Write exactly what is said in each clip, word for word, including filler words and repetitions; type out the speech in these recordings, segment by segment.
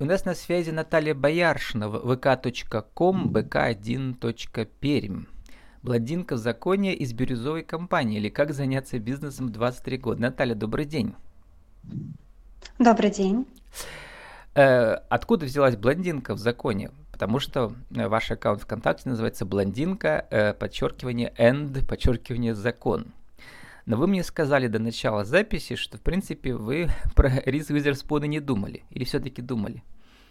У нас на связи Наталья Бояршина, вэ ка точка ком, бэ ка один точка пермь. Блондинка в законе из бирюзовой компании, или как заняться бизнесом в двадцать три года. Наталья, добрый день. Добрый день. Э, откуда взялась блондинка в законе? Потому что ваш аккаунт ВКонтакте называется блондинка, э, подчеркивание and, подчеркивание закон. Но вы мне сказали до начала записи, что, в принципе, вы про Риз Уизерспун и не думали. Или все-таки думали?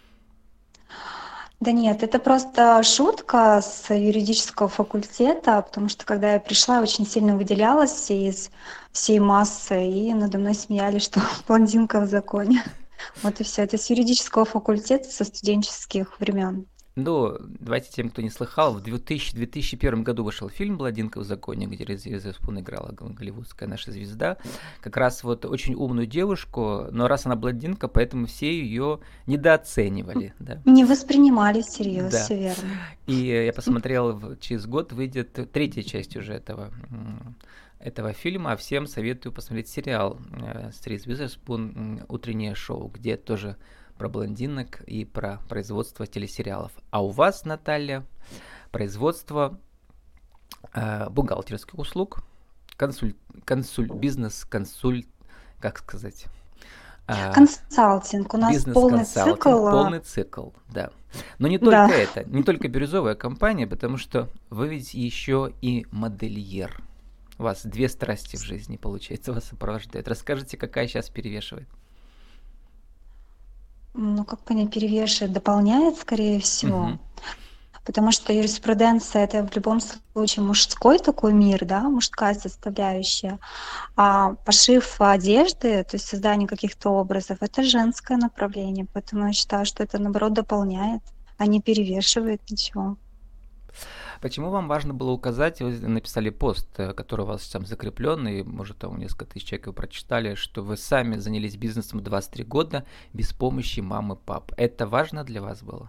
Да нет, это просто шутка с юридического факультета, потому что когда я пришла, я очень сильно выделялась из всей массы, и надо мной смеялись, что блондинка в законе. Вот и все. Это с юридического факультета со студенческих времен. Ну, давайте тем, кто не слыхал, в две тысячи первом году вышел фильм «Блондинка в законе», где Риз Уизерспун играла, голливудская наша звезда. Как раз вот очень умную девушку, но раз она блондинка, поэтому все ее недооценивали. Да. Не воспринимали всерьез, Да. все верно. И я посмотрел, через год выйдет третья часть уже этого, этого фильма, а всем советую посмотреть сериал с Риз Уизерспун «Утреннее шоу», где тоже про блондинок и про производство телесериалов. А у вас, Наталья, производство э, бухгалтерских услуг, консуль, консуль, бизнес-консуль, как сказать? Э, Консалтинг. У нас полный бизнес-консалтинг, цикл. а, полный цикл, да. Но не Да. только это, не только бирюзовая компания, потому что вы ведь еще и модельер. У вас две страсти в жизни, получается, вас сопровождают. Расскажите, какая сейчас перевешивает? Ну, как понять, перевешивает, дополняет, скорее всего. Угу. Потому что юриспруденция — это в любом случае мужской такой мир, да, мужская составляющая. А пошив одежды, то есть создание каких-то образов — это женское направление. Поэтому я считаю, что это, наоборот, дополняет, а не перевешивает ничего. Почему вам важно было указать, вы написали пост, который у вас там закреплен, и, может, там несколько тысяч человек его прочитали, что вы сами занялись бизнесом двадцать три года без помощи мамы, пап. Это важно для вас было?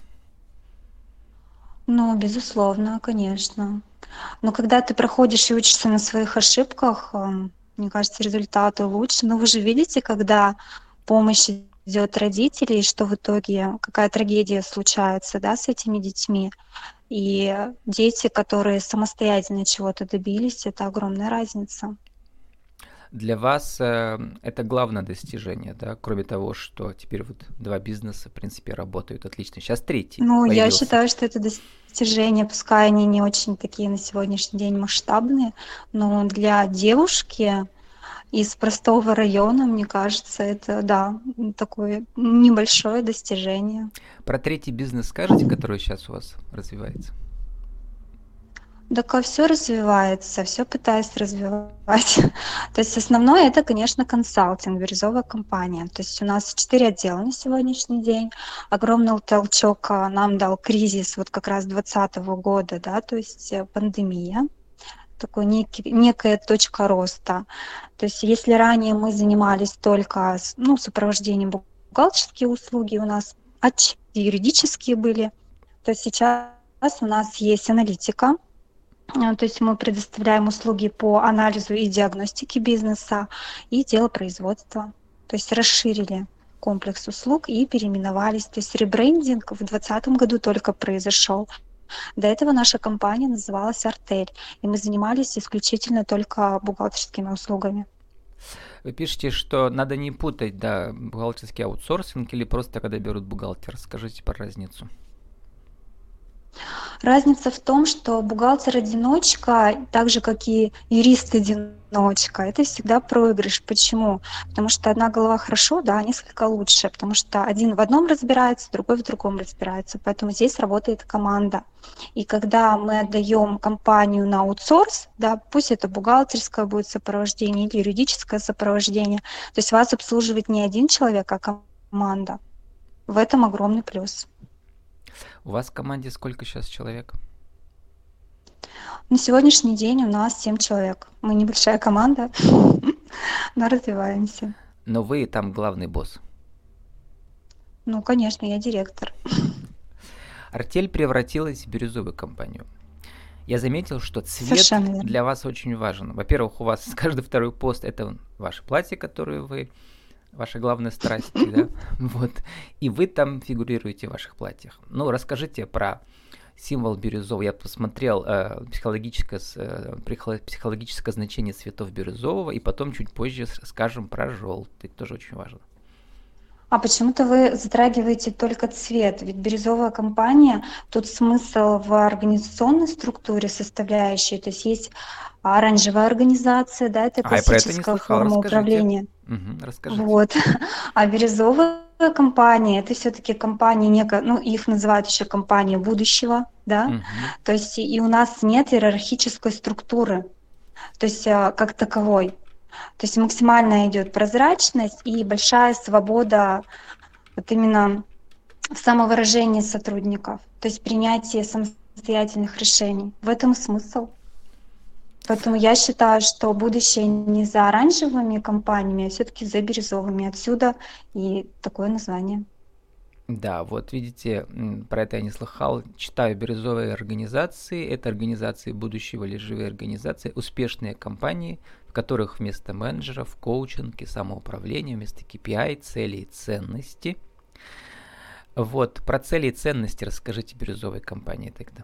Ну, безусловно, конечно. Но когда ты проходишь и учишься на своих ошибках, ам, мне кажется, результаты лучше. Но вы же видите, когда помощь идет родителей, что в итоге какая трагедия случается, да, с этими детьми. И дети, которые самостоятельно чего-то добились, это огромная разница. Для вас э, это главное достижение, да, кроме того, что теперь вот два бизнеса, в принципе, работают отлично. Сейчас третий Ну, я появился. считаю, что это достижения, пускай они не очень такие на сегодняшний день масштабные, но для девушки из простого района, мне кажется, это, да, такое небольшое достижение. Про третий бизнес скажете, который сейчас у вас развивается? Так а все развивается, все пытаюсь развивать. То есть основное — это, конечно, консалтинг, бирюзовая компания. То есть у нас четыре отдела на сегодняшний день. Огромный толчок а, нам дал кризис вот как раз двадцатого года, да, то есть э, пандемия, такой некий, некая точка роста. То есть если ранее мы занимались только с- ну, сопровождением бу- бухгалтерские услуги, у нас отчеты юридические были, то сейчас у нас есть аналитика. А, То есть мы предоставляем услуги по анализу и диагностике бизнеса и дело производства. То есть расширили комплекс услуг и переименовались. То есть ребрендинг в двадцатом году только произошел. До этого наша компания называлась «Артель», и мы занимались исключительно только бухгалтерскими услугами. Вы пишете, что надо не путать, да, бухгалтерский аутсорсинг или просто когда берут бухгалтера. Скажите про разницу. Разница в том, что бухгалтер-одиночка, так же как и юрист-одиночка, это всегда проигрыш. Почему? Потому что одна голова хорошо, да, а несколько лучше, потому что один в одном разбирается, другой в другом разбирается. Поэтому здесь работает команда. И когда мы отдаем компанию на аутсорс, да, пусть это бухгалтерское будет сопровождение или юридическое сопровождение, то есть вас обслуживает не один человек, а команда. В этом огромный плюс. У вас в команде сколько сейчас человек? На сегодняшний день у нас семь человек. Мы небольшая команда, но развиваемся. Но вы там главный босс. Ну, конечно, я директор. Артель превратилась в бирюзовую компанию. Я заметил, что цвет Совершенно верно. для вас очень важен. Во-первых, у вас каждый второй пост – это ваше платье, которое вы ваша главная страсть, да, вот, и вы там фигурируете в ваших платьях. Ну, расскажите про символ бирюзовый. Я посмотрел э, психологическое, э, психологическое значение цветов бирюзового, и потом чуть позже скажем про желтый, тоже очень важно. А почему-то вы затрагиваете только цвет, ведь бирюзовая компания, тут смысл в организационной структуре составляющей, то есть есть оранжевая организация, да, это А, я про это не классическая слыхал, форма расскажите. управления. Угу, расскажите. Вот. А бирюзовая компания, это все-таки компания некая, ну, их называют еще компания будущего, да, Угу. то есть и у нас нет иерархической структуры, то есть а, как таковой. То есть максимально идет прозрачность и большая свобода вот именно в самовыражении сотрудников, то есть принятие самостоятельных решений. В этом смысл. Поэтому я считаю, что будущее не за оранжевыми компаниями, а все-таки за бирюзовыми. Отсюда и такое название. Да, вот видите, про это я не слыхал. Читаю бирюзовые организации. Это организации будущего или живые организации, успешные компании, в которых вместо менеджеров коучинг и самоуправление, вместо кей пи ай, целей и ценности. Вот, про цели и ценности расскажите бирюзовой компании тогда.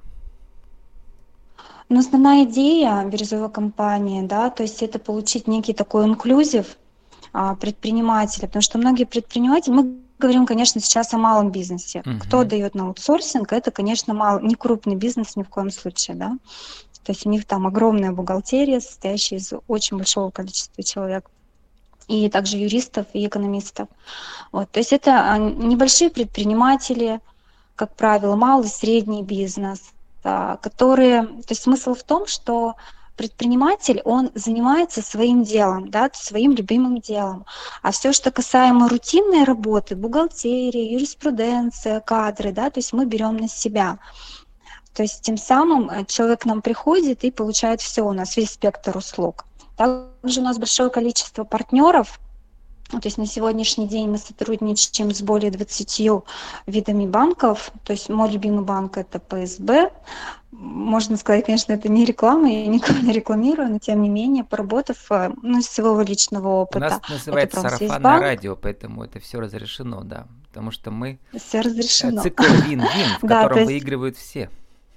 Но основная идея бирюзовой компании, да, то есть это получить некий такой инклюзив а, предпринимателя, потому что многие предприниматели, мы говорим, конечно, сейчас о малом бизнесе. Мгм. Кто дает на аутсорсинг, это, конечно, мал, не крупный бизнес ни в коем случае, да. То есть у них там огромная бухгалтерия, состоящая из очень большого количества человек, и также юристов и экономистов. Вот, то есть это а, небольшие предприниматели, как правило, малый, средний бизнес, а, которые, то есть смысл в том, что предприниматель, он занимается своим делом, да, своим любимым делом. А все, что касаемо рутинной работы, бухгалтерии, юриспруденция, кадры, да, то есть мы берем на себя. То есть тем самым э, человек к нам приходит и получает все у нас, весь спектр услуг. Также у нас большое количество партнеров. То есть на сегодняшний день мы сотрудничаем с более двадцатью видами банков. То есть мой любимый банк – это пэ эс бэ. Можно сказать, конечно, это не реклама, я никого не рекламирую, но тем не менее, поработав, э, ну, из своего личного У опыта, нас это называется сарафанное Промсвязьбанк, радио, поэтому это все разрешено, да. Потому что мы все э, разрешено. цикл вин-вин, в Да, то котором есть выигрывают все.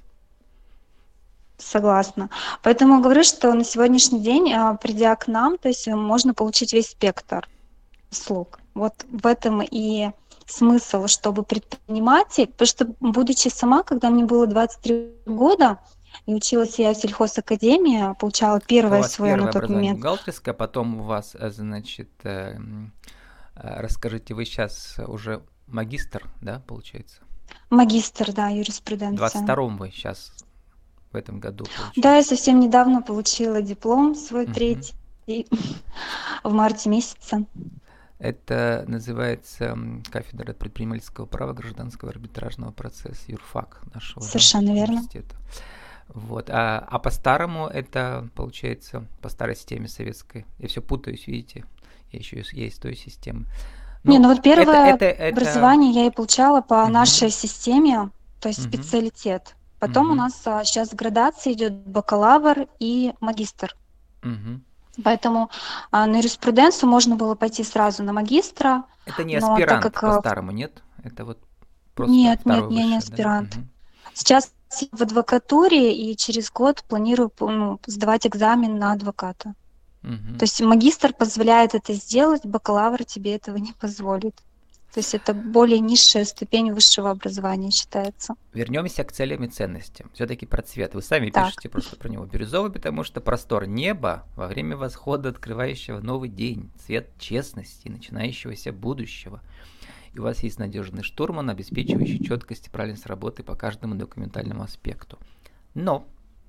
согласна. Поэтому говорю, что на сегодняшний день, а, придя к нам, то есть э, можно получить весь спектр услуг. Вот в этом и смысл, чтобы предприниматель, потому что будучи сама, когда мне было двадцать три года, и училась я в сельхозакадемии, получала У первое вас свое на первое тот образование момент бухгалтерское, потом у вас, э, значит, э, м, э, расскажите, вы сейчас уже магистр, да, получается? магистр, да, В двадцать юриспруденция. втором вы сейчас, в этом году, Да, я получается. совсем недавно получила диплом свой Мгм. третий в марте месяце. Это называется м, кафедра предпринимательского права гражданского арбитражного процесса, юрфак нашего, да, Совершенно верно. университета. Вот. А, а по-старому это, получается, по старой системе советской. Я все путаюсь, видите, я еще и из той системы. Не, Ну, ну вот это, первое это, это... образование я и получала по Мгм, нашей системе, то есть мгм, специалитет. Потом у мгм, нас сейчас градация идет бакалавр и магистр. мгм. Поэтому а, на юриспруденцию можно было пойти сразу на магистра, Это не но так аспирант как а, по-старому, нет? Это вот просто нет, нет, второе я не высшее, да? аспирант. Мгм. Сейчас я в адвокатуре и через год планирую ну, сдавать экзамен на адвоката. Мгм. То есть магистр позволяет это сделать, бакалавр тебе этого не позволит. То есть это более низшая ступень высшего образования считается. Вернемся к целям и ценностям. Все-таки про цвет. Вы сами Так, пишете просто про него. Бирюзовый, потому что простор неба во время восхода, открывающего новый день. Цвет честности, начинающегося будущего. И у вас есть надежный штурман, обеспечивающий четкость и правильность работы по каждому документальному аспекту. Но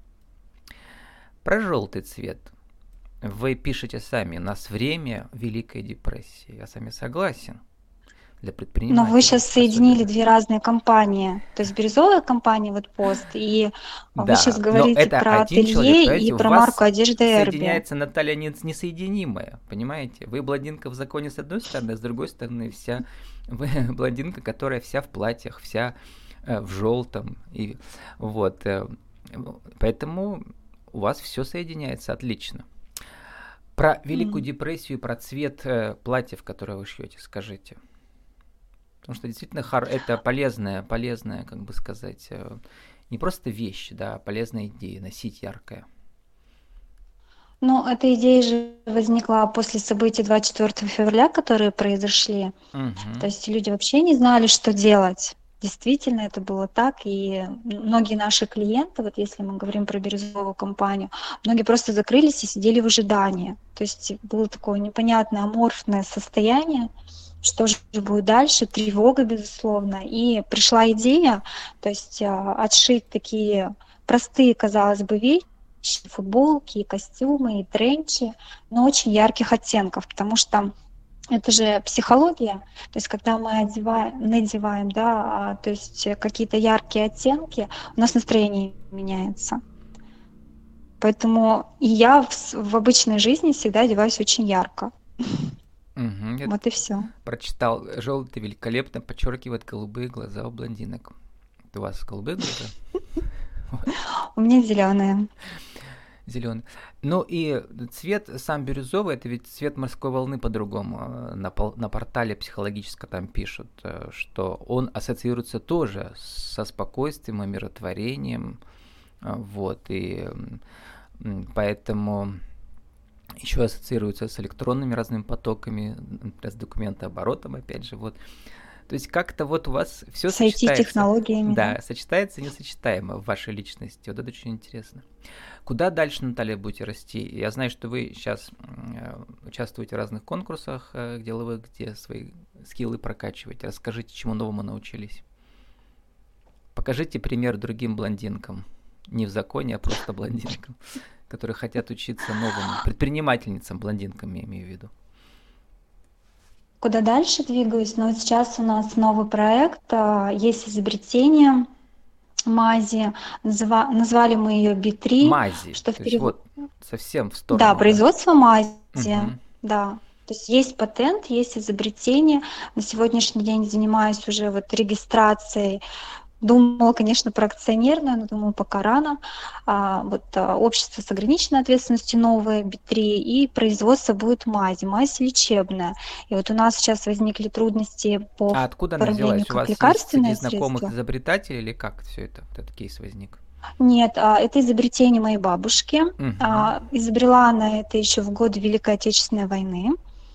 про желтый цвет. Вы пишете сами, у нас время Великой депрессии. Я с вами согласен. Для но предпринимателей вы сейчас соединили особенно. две разные компании. То есть бирюзовая компания, вот пост, и вы сейчас Да, но говорите это про один человек, ателье и понимаете, у про марку вас одежды Эрби. соединяется Наталья не- несоединимая, понимаете? Вы блондинка в законе с одной стороны, а с другой стороны вся вы блондинка, которая вся в платьях, вся э, в желтом. И, вот, э, поэтому у вас все соединяется отлично. Про Великую М. депрессию и про цвет э, платьев, которые вы шьете, скажите. Потому что действительно хар- это полезная, полезная, как бы сказать, э, не просто вещь, да, а полезная идея носить яркое. Ну, эта идея же возникла после событий двадцать четвёртого февраля, которые произошли. То Угу. есть люди вообще не знали, что делать. Действительно, это было так. И многие наши клиенты, вот если мы говорим про бирюзовую компанию, многие просто закрылись и сидели в ожидании. То есть было такое непонятное аморфное состояние, что же будет дальше, тревога, безусловно. И пришла идея, то есть а, отшить такие простые, казалось бы, вещи, футболки, и костюмы, и тренчи, но очень ярких оттенков, потому что это же психология. То есть когда мы одеваем, надеваем, да, а, то есть э, какие-то яркие оттенки, у нас настроение меняется. Поэтому и я в, с- в обычной жизни всегда одеваюсь очень ярко. Угу. Я Вот и все. прочитал, желтый великолепно подчеркивает голубые глаза у блондинок. Это у вас голубые глаза? У меня зеленые. Зеленый. Ну и цвет сам бирюзовый, это ведь цвет морской волны по-другому. Э, На, пол- на портале психологически там пишут, э, что он ассоциируется тоже со спокойствием, умиротворением. э, Вот, и м, поэтому еще ассоциируется с электронными разными потоками, например, с документооборотом, опять же, вот. То есть как-то вот у вас все С сочетается, I T-технологиями, да. да, сочетается несочетаемо в вашей личности. Вот это очень интересно. Куда дальше, Наталья, будете расти? Я знаю, что вы сейчас участвуете в разных конкурсах э, деловых, где свои скиллы прокачиваете. Расскажите, чему новому научились. Покажите пример другим блондинкам. Не в законе, а просто блондинкам, которые хотят учиться новому. Предпринимательницам, блондинкам я имею в виду. Куда дальше двигаюсь? Но вот сейчас у нас новый проект, а, есть изобретение мази, назва- назвали мы ее би три, Мази. что в То есть переводе... вот совсем в Да, сторону, да. производство мази, Угу. да. То есть есть патент, есть изобретение. На сегодняшний день занимаюсь уже вот регистрацией. Думала, конечно, про акционерное, но думаю, пока рано. А, вот а, общество с ограниченной ответственностью новое, би три, и производство будет мази, мазь лечебная. И вот у нас сейчас возникли трудности по А откуда она оформлению взялась? У как вас есть среди лекарственное знакомых средство. изобретателей или как все это, вот этот кейс возник? Нет, а, это изобретение моей бабушки. Угу. А, изобрела она это еще в годы Великой Отечественной войны,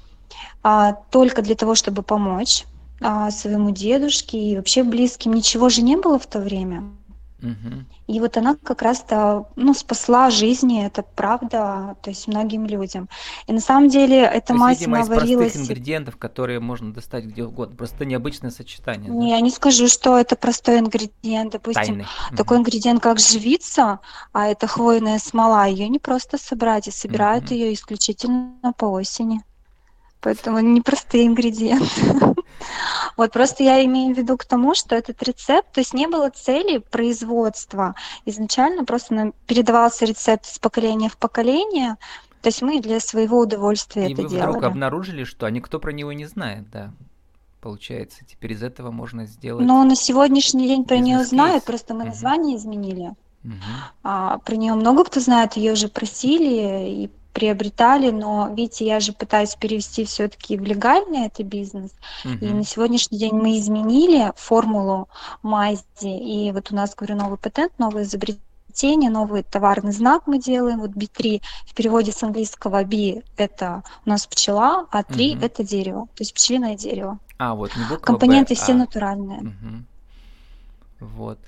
а, только для того, чтобы помочь а, своему дедушке и вообще близким. Ничего же не было в то время. Угу. И вот она как раз-то, ну, спасла жизни, это правда, то есть многим людям. И на самом деле эта То есть, мазь, видимо, она из простых варилась. ингредиентов, которые можно достать где угодно. Просто необычное сочетание, Не, да? я не скажу, что это простой ингредиент. Допустим, Тайны. такой Угу. ингредиент, как живица, а это хвойная смола, ее не просто собрать, и собирают Угу. ее исключительно по осени. Поэтому непростые ингредиенты. Вот просто я имею в виду к тому, что этот рецепт, то есть не было цели производства. Изначально просто нам передавался рецепт с поколения в поколение. То есть мы для своего удовольствия И это вы вдруг делали. обнаружили, что а никто про него не знает, да? Получается, теперь из этого можно сделать Но на сегодняшний день про нее знают, бизнес-кейс. просто мы Угу. название изменили. Угу. А, про нее много кто знает, ее же просили и приобретали, но, видите, я же пытаюсь перевести все-таки в легальный это бизнес. И Угу. на сегодняшний день мы изменили формулу мази, и вот у нас, говорю, новый патент, новое изобретение, новый товарный знак мы делаем. Вот би три в переводе с английского би это у нас пчела, а три Угу. это дерево, то есть пчелиное дерево. А, вот не буква Б, Компоненты все а... натуральные. Угу. Вот.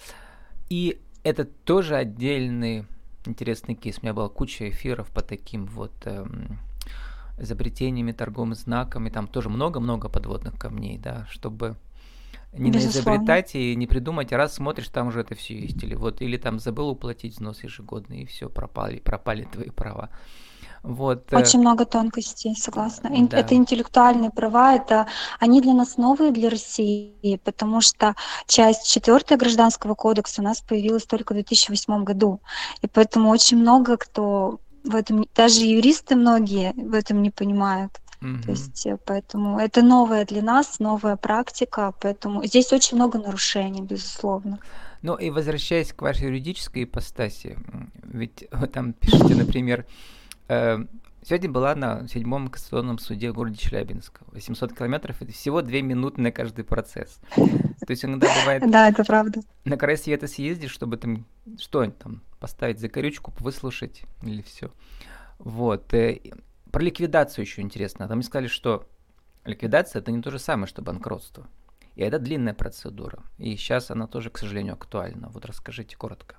И это тоже отдельный интересный кейс. У меня была куча эфиров по таким вот эм, изобретениями, торговым знаком, и там тоже много-много подводных камней, да, чтобы не Безусловно. наизобретать и не придумать, а раз смотришь, там уже это все есть, или вот, или там забыл уплатить взнос ежегодный, и все, пропали, пропали твои права. Вот, э, Очень много тонкостей, согласна. Ин- да. Это интеллектуальные права, это они для нас новые для России, потому что часть четвертая Гражданского кодекса у нас появилась только в две тысячи восьмом году. И поэтому очень много кто в этом, не- даже юристы многие в этом не понимают. То Мгм. есть, э, поэтому это новая для нас, новая практика, поэтому здесь очень много нарушений, безусловно. Ну и возвращаясь к вашей юридической ипостаси, м, ведь вы там пишете, например, э, Сегодня была на седьмом кассационном суде в городе Челябинск. восемьсот километров – это всего две минуты на каждый процесс. То есть иногда бывает, Да, это правда. на край света съездишь, чтобы там что там поставить закорючку, выслушать или все. Вот. э, Про ликвидацию еще интересно. Там мне сказали, что ликвидация – это не то же самое, что банкротство. И это длинная процедура. И сейчас она тоже, к сожалению, актуальна. Вот расскажите коротко.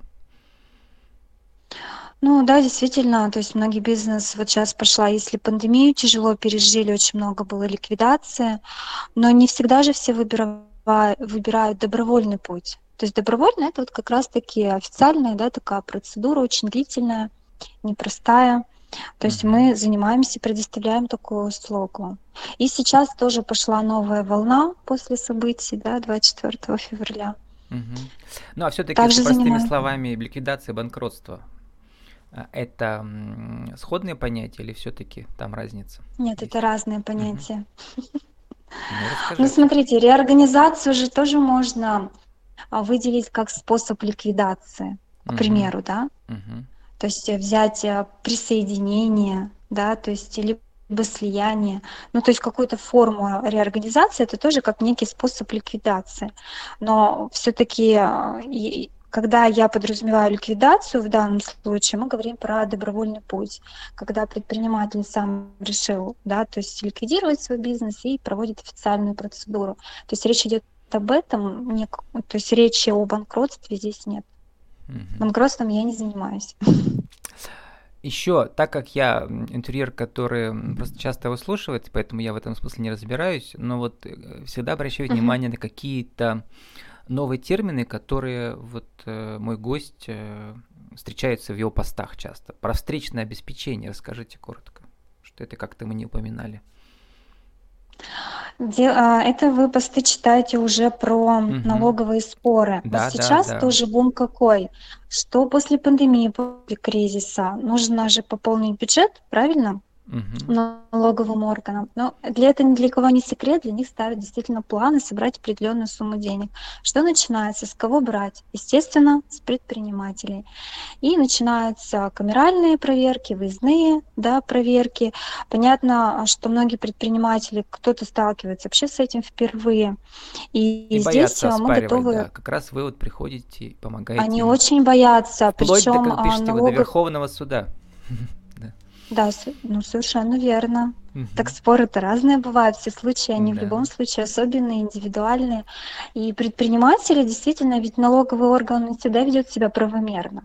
Ну да, действительно, то есть многие бизнес вот сейчас пошла, если пандемию тяжело пережили, очень много было ликвидации, но не всегда же все выбира- выбирают добровольный путь. То есть добровольно это вот как раз-таки официальная, да, такая процедура, очень длительная, непростая. То есть Мгм. мы занимаемся, предоставляем такую услугу. И сейчас тоже пошла новая волна после событий, да, двадцать четвёртого февраля. Мгм. Ну, а все-таки, если Также простыми занимаем. словами, ликвидация, банкротство, а, это м, сходные понятия или все-таки там разница Нет, это есть? разные Мгм. понятия. Ну, Ну, расскажите. смотрите, реорганизацию же тоже можно а, выделить как способ ликвидации, к Мгм. примеру, да. Мгм. То есть э, взять э, присоединение, да, то есть либо слияние, ну, то есть какую-то форму реорганизации, это тоже как некий способ ликвидации. Но все-таки, когда я подразумеваю ликвидацию в данном случае, мы говорим про добровольный путь, когда предприниматель сам решил, да, то есть ликвидировать свой бизнес и проводит официальную процедуру. То есть речь идет об этом, не, к- то есть речи о банкротстве здесь нет. Мгм. Банкротством я не занимаюсь. Еще, так как я м, интерьер, который м, просто часто его слушает, поэтому я в этом смысле не разбираюсь, но вот э, всегда обращаю Мгм. внимание на какие-то новые термины, которые вот э, мой гость э, встречаются в его постах часто. Про встречное обеспечение расскажите коротко, что это как-то мы не упоминали. Де- а, Это вы посты читаете уже про Мгм. налоговые споры. Вот Да, да, сейчас да. тоже бум какой, что после пандемии, после кризиса нужно же пополнить бюджет, правильно? Мгм. Налоговым органам. Но для этого ни для кого не секрет, для них ставят действительно планы собрать определенную сумму денег. Что начинается? С кого брать? Естественно, с предпринимателей. И начинаются камеральные проверки, выездные, да, проверки. Понятно, а, что многие предприниматели, кто-то сталкивается вообще с этим впервые. И, И и здесь боятся а, мы оспаривать, готовы, да. Как раз вы вот приходите и помогаете они им. очень боятся, Вплоть до, причем как а, пишете вы, до налогов, Верховного суда. Да. да, с- ну совершенно верно. Так Мгм. споры-то разные бывают, все случаи, они в Да. любом случае особенные, индивидуальные. И предприниматели действительно, ведь налоговый орган не всегда ведет себя правомерно.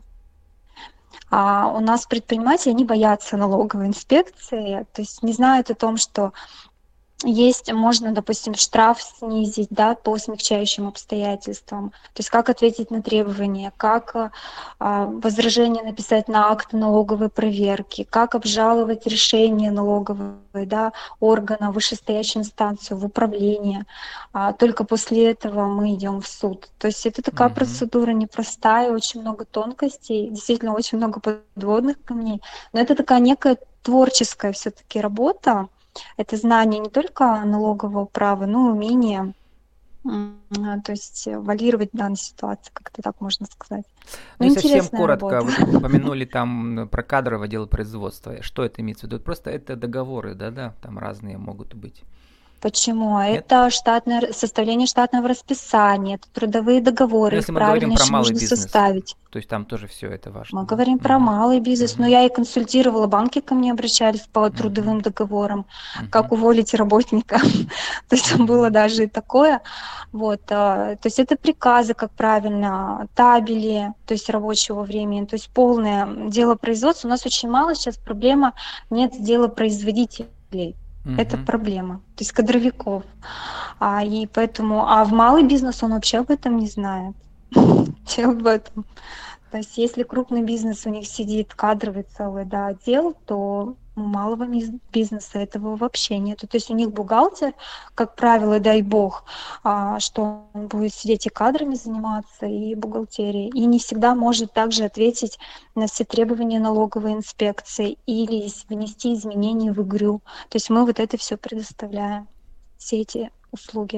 А у нас предприниматели, они боятся налоговой инспекции, то есть не знают о том, что есть, можно, допустим, штраф снизить, да, по смягчающим обстоятельствам. То есть как ответить на требования, как а, а, возражение написать на акт налоговой проверки, как обжаловать решение налоговой, да, органа, вышестоящую инстанцию, в управление. А, только после этого мы идем в суд. То есть это такая Мгм. процедура непростая, очень много тонкостей, действительно очень много подводных камней. Но это такая некая творческая все-таки работа, это знание не только налогового права, но и умение, м, а, то есть э, валировать в данной ситуации, как-то так можно сказать. Ну Но и совсем интересная коротко, работа. вы тут упомянули там м, про кадровое дело производства. Что это имеется в виду? Просто это договоры, да-да, там разные могут быть. Почему? Нет? Это штатное, р- составление штатного расписания, это трудовые Ну, договоры, их если мы говорим правильно про еще малый нужно бизнес, составить. то есть там тоже все это Мы важно, да? говорим про Мгм. малый бизнес, но Мгм. я и консультировала, банки ко мне обращались по Мгм. трудовым договорам, как Мгм. уволить работника. То есть там было Мгм. даже и такое. Вот, а, то есть это приказы, как правильно, табели, то есть рабочего времени, то есть полное дело производства. У нас очень мало сейчас проблема, нет дела производителей. Это Мгм. проблема, то есть кадровиков. А, и поэтому, а в малый бизнес он вообще об этом не знает. Все об этом. То есть если крупный бизнес, у них сидит кадровый целый, да, отдел, то у малого миз- бизнеса этого вообще нету. То есть у них бухгалтер, как правило, дай бог, а, что он будет сидеть и кадрами заниматься, и бухгалтерией, и не всегда может также ответить на все требования налоговой инспекции или с- внести изменения в ИГРЮ. То есть мы вот это все предоставляем, все эти услуги.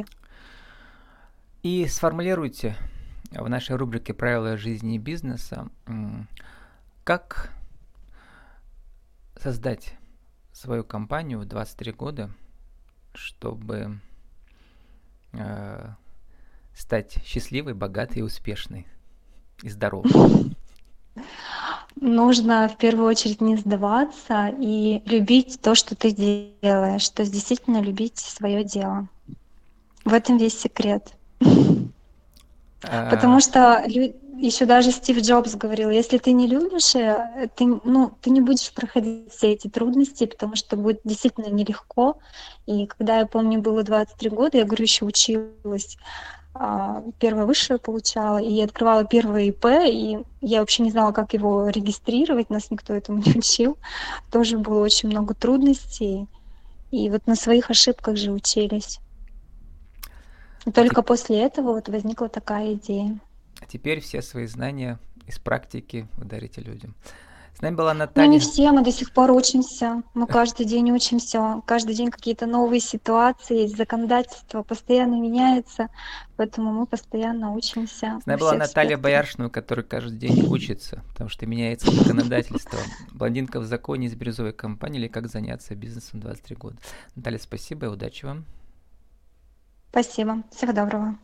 И сформулируйте в нашей рубрике «Правила жизни и бизнеса», м, как создать свою компанию в двадцать три года, чтобы э, стать счастливой, богатой и успешной, и здоровой? Нужно в первую очередь не сдаваться и любить то, что ты делаешь, то есть действительно любить свое дело. В этом весь секрет. А, Потому что еще даже Стив Джобс говорил, если ты не любишь, э, ты, ну, ты не будешь проходить все эти трудности, потому что будет действительно нелегко. И когда, я помню, было двадцать три года, я говорю, еще училась, а, первое высшее получала, и открывала первое ИП, и я вообще не знала, как его регистрировать, нас никто этому не учил. Тоже было очень много трудностей, и вот на своих ошибках же учились. И а те- только после этого вот возникла такая идея. а теперь все свои знания из практики вы дарите людям. С нами была Но не Наталья. все, мы до сих пор учимся. Мы каждый день учимся, каждый день какие-то новые ситуации, законодательство постоянно меняется, поэтому мы постоянно учимся С во нами была всех Наталья спектрах. Бояршина, которая каждый день учится, потому что меняется законодательство. Блондинка в законе из бирюзовой компании или как заняться бизнесом двадцать три года. Наталья, спасибо и удачи вам. Спасибо. Всего доброго.